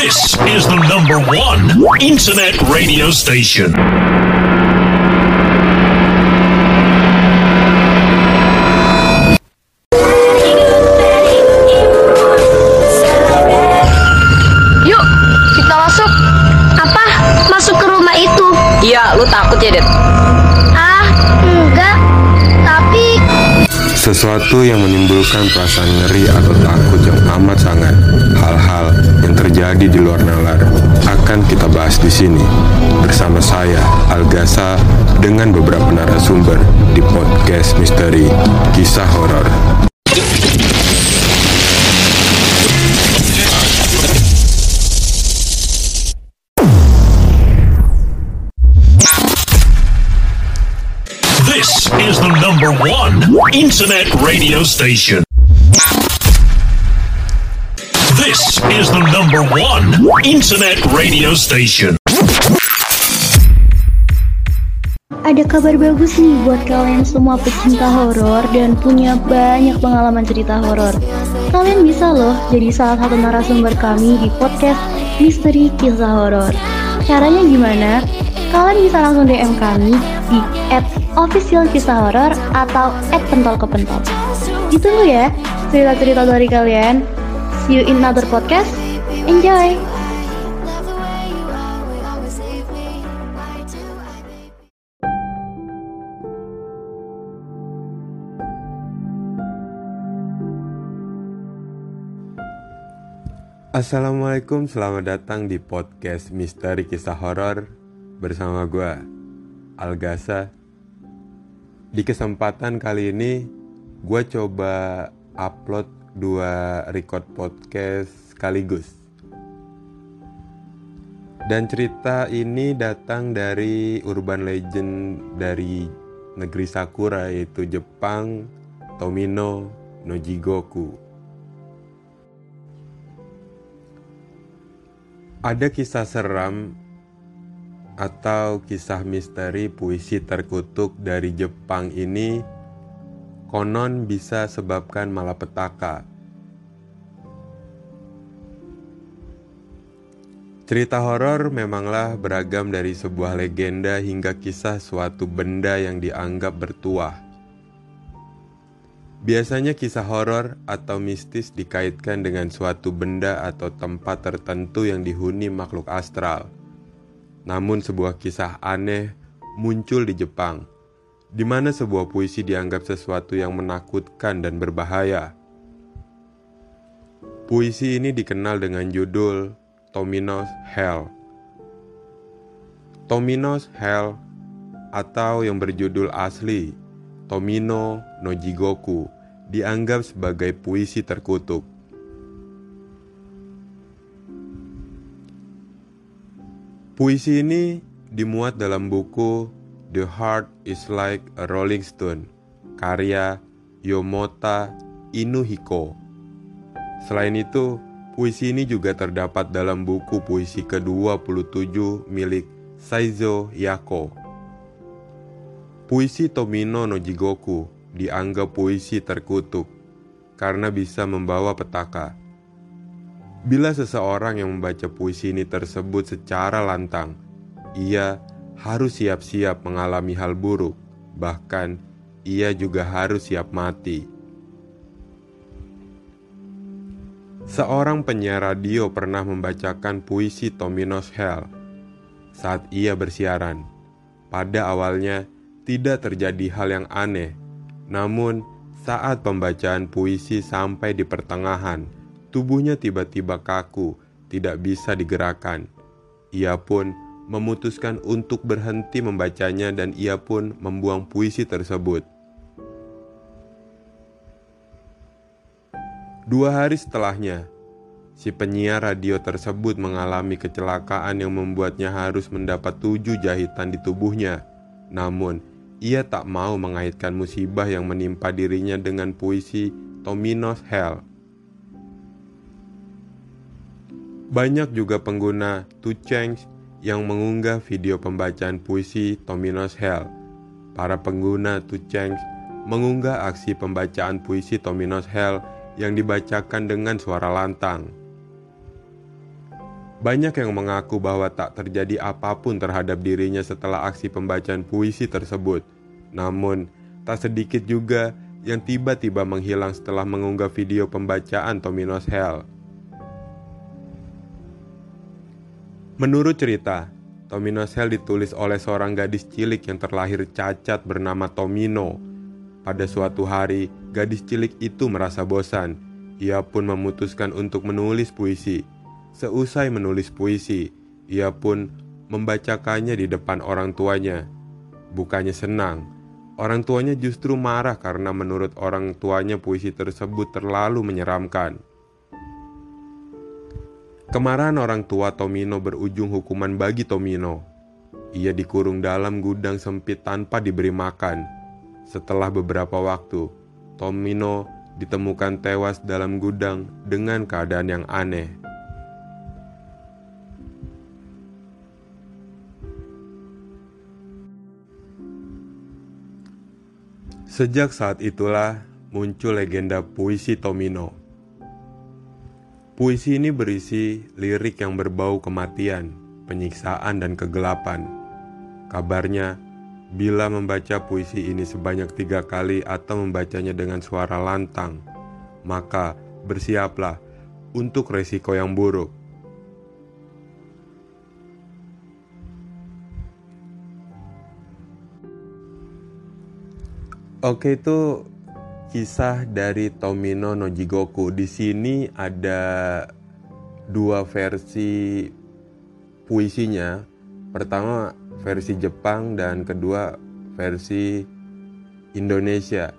This is the number one internet radio station. Yuk, kita masuk. Apa? Masuk ke rumah itu? Iya, lu takut ya, Det? Ah, enggak. Tapi Sesuatu yang menimbulkan perasaan ngeri atau takut yang amat sangat. Hal-hal yang terjadi di luar nalar akan kita bahas di sini bersama saya Algasa dengan beberapa narasumber di podcast misteri kisah horor. This is the number one internet radio station. This is the number one internet radio station. ada kabar bagus nih buat kalian semua pecinta horor dan punya banyak pengalaman cerita horor. Kalian bisa loh jadi salah satu narasumber kami di podcast Misteri Kisah Horor. Caranya gimana? Kalian bisa langsung DM kami di @officialkisahhoror atau @pentolkepentol. Ditunggu ya cerita-cerita dari kalian. See you in another podcast. Enjoy! Assalamualaikum, selamat datang di podcast Misteri Kisah Horor bersama gue, Algasa. Di kesempatan kali ini, gue coba upload 2 record podcast sekaligus. Dan cerita ini datang dari urban legend dari negeri Sakura, yaitu Jepang, Tomino no Jigoku. Ada kisah seram atau kisah misteri puisi terkutuk dari Jepang ini konon bisa sebabkan malapetaka. Cerita horor memanglah beragam dari sebuah legenda hingga kisah suatu benda yang dianggap bertuah. Biasanya kisah horor atau mistis dikaitkan dengan suatu benda atau tempat tertentu yang dihuni makhluk astral. Namun sebuah kisah aneh muncul di Jepang, di mana sebuah puisi dianggap sesuatu yang menakutkan dan berbahaya. Puisi ini dikenal dengan judul Tomino's Hell. Tomino's Hell atau yang berjudul asli Tomino no Jigoku dianggap sebagai puisi terkutuk. Puisi ini dimuat dalam buku The Heart is Like a Rolling Stone, karya Yomota Inuhiko. Selain itu, puisi ini juga terdapat dalam buku puisi ke-27 milik Saizo Yako. Puisi Tomino no Jigoku dianggap puisi terkutuk karena bisa membawa petaka. Bila seseorang yang membaca puisi ini tersebut secara lantang, ia harus siap-siap mengalami hal buruk, bahkan ia juga harus siap mati. Seorang penyiar radio pernah membacakan puisi Tomino's Hell saat ia bersiaran. Pada awalnya, tidak terjadi hal yang aneh, namun saat pembacaan puisi sampai di pertengahan, tubuhnya tiba-tiba kaku, tidak bisa digerakkan. Ia pun memutuskan untuk berhenti membacanya dan ia pun membuang puisi tersebut. 2 hari setelahnya, si penyiar radio tersebut mengalami kecelakaan yang membuatnya harus mendapat 7 jahitan di tubuhnya. Namun, ia tak mau mengaitkan musibah yang menimpa dirinya dengan puisi Tomino's Hell. Banyak juga pengguna 2chainz yang mengunggah video pembacaan puisi Tomino's Hell. Para pengguna 2chainz mengunggah aksi pembacaan puisi Tomino's Hell yang dibacakan dengan suara lantang. Banyak yang mengaku bahwa tak terjadi apapun terhadap dirinya setelah aksi pembacaan puisi tersebut. Namun, tak sedikit juga yang tiba-tiba menghilang setelah mengunggah video pembacaan Tomino's Hell. Menurut cerita, Tomino's Hell ditulis oleh seorang gadis cilik yang terlahir cacat bernama Tomino. Pada suatu hari, gadis cilik itu merasa bosan. Ia pun memutuskan untuk menulis puisi. Seusai menulis puisi, ia pun membacakannya di depan orang tuanya. Bukannya senang, orang tuanya justru marah karena menurut orang tuanya puisi tersebut terlalu menyeramkan. Kemarahan orang tua Tomino berujung hukuman bagi Tomino. Ia dikurung dalam gudang sempit tanpa diberi makan. Setelah beberapa waktu, Tomino ditemukan tewas dalam gudang dengan keadaan yang aneh. Sejak saat itulah muncul legenda puisi Tomino. Puisi ini berisi lirik yang berbau kematian, penyiksaan, dan kegelapan. Kabarnya, bila membaca puisi ini sebanyak 3 kali atau membacanya dengan suara lantang, maka bersiaplah untuk resiko yang buruk. Oke, itu kisah dari Tomino no Jigoku. Di sini ada 2 versi puisinya. Pertama versi Jepang dan kedua versi Indonesia.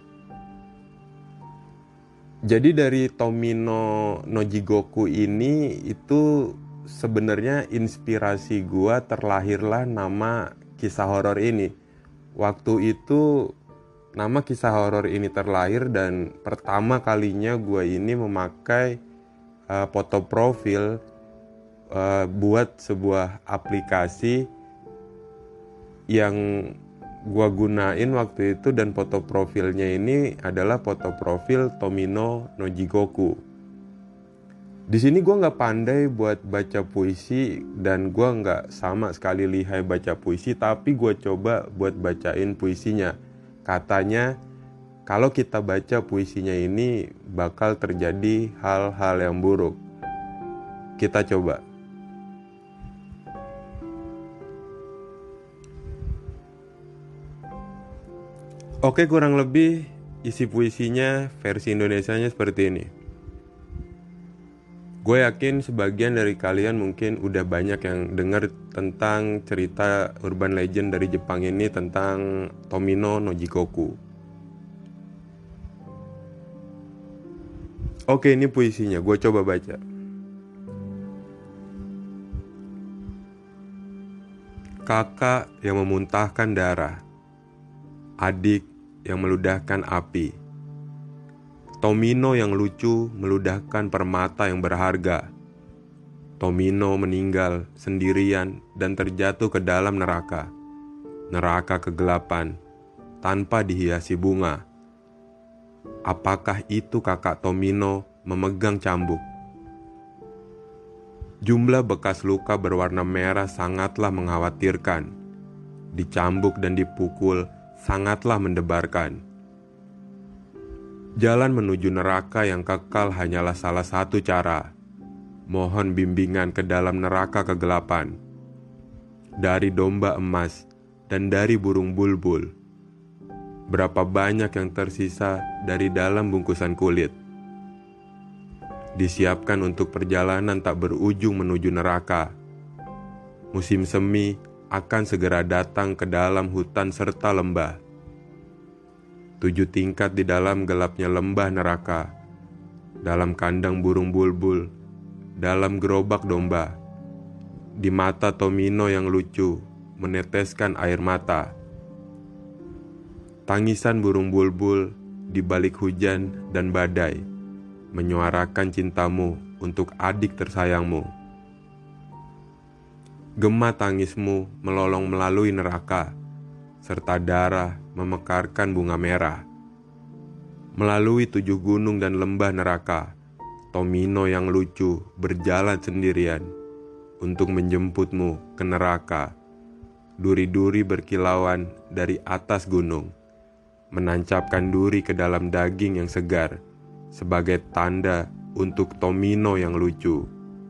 Jadi dari Tomino no Jigoku ini itu sebenarnya inspirasi gua terlahirlah nama kisah horor ini. Waktu itu nama kisah horor ini terlahir dan pertama kalinya gue ini memakai foto profil buat sebuah aplikasi yang gue gunain waktu itu, dan foto profilnya ini adalah foto profil Tomino no Jigoku. Di sini gue nggak pandai buat baca puisi dan gue nggak sama sekali lihai baca puisi, tapi gue coba buat bacain puisinya. Katanya kalau kita baca puisinya ini bakal terjadi hal-hal yang buruk. Kita coba. Oke, kurang lebih isi puisinya versi Indonesianya seperti ini. Gue yakin sebagian dari kalian mungkin udah banyak yang dengar tentang cerita urban legend dari Jepang ini tentang Tomino no Jigoku. Oke, ini puisinya, gue coba baca. Kakak yang memuntahkan darah, adik yang meludahkan api, Tomino yang lucu meludahkan permata yang berharga. Tomino meninggal sendirian dan terjatuh ke dalam neraka. Neraka kegelapan, tanpa dihiasi bunga. Apakah itu kakak Tomino memegang cambuk? Jumlah bekas luka berwarna merah sangatlah mengkhawatirkan. Dicambuk dan dipukul sangatlah mendebarkan. Jalan menuju neraka yang kekal hanyalah salah satu cara. Mohon bimbingan ke dalam neraka kegelapan. Dari domba emas dan dari burung bulbul. Berapa banyak yang tersisa dari dalam bungkusan kulit. Disiapkan untuk perjalanan tak berujung menuju neraka. Musim semi akan segera datang ke dalam hutan serta lembah. 7 tingkat di dalam gelapnya lembah neraka, dalam kandang burung bulbul, dalam gerobak domba. Di mata Tomino yang lucu meneteskan air mata. Tangisan burung bulbul di balik hujan dan badai menyuarakan cintamu untuk adik tersayangmu. Gema tangismu melolong melalui neraka, serta darah memekarkan bunga merah. Melalui 7 gunung dan lembah neraka, Tomino yang lucu berjalan sendirian untuk menjemputmu ke neraka. Duri-duri berkilauan dari atas gunung, menancapkan duri ke dalam daging yang segar sebagai tanda untuk Tomino yang lucu.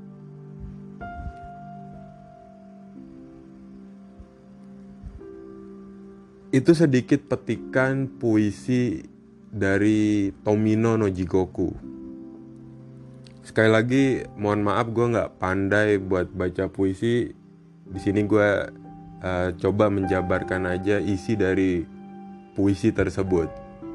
Itu sedikit petikan puisi dari Tomino no Jigoku. Sekali lagi, mohon maaf gue nggak pandai buat baca puisi. Di sini gue coba menjabarkan aja isi dari puisi tersebut.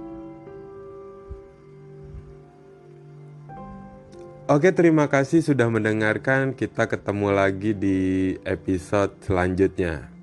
Oke, terima kasih sudah mendengarkan. Kita ketemu lagi di episode selanjutnya.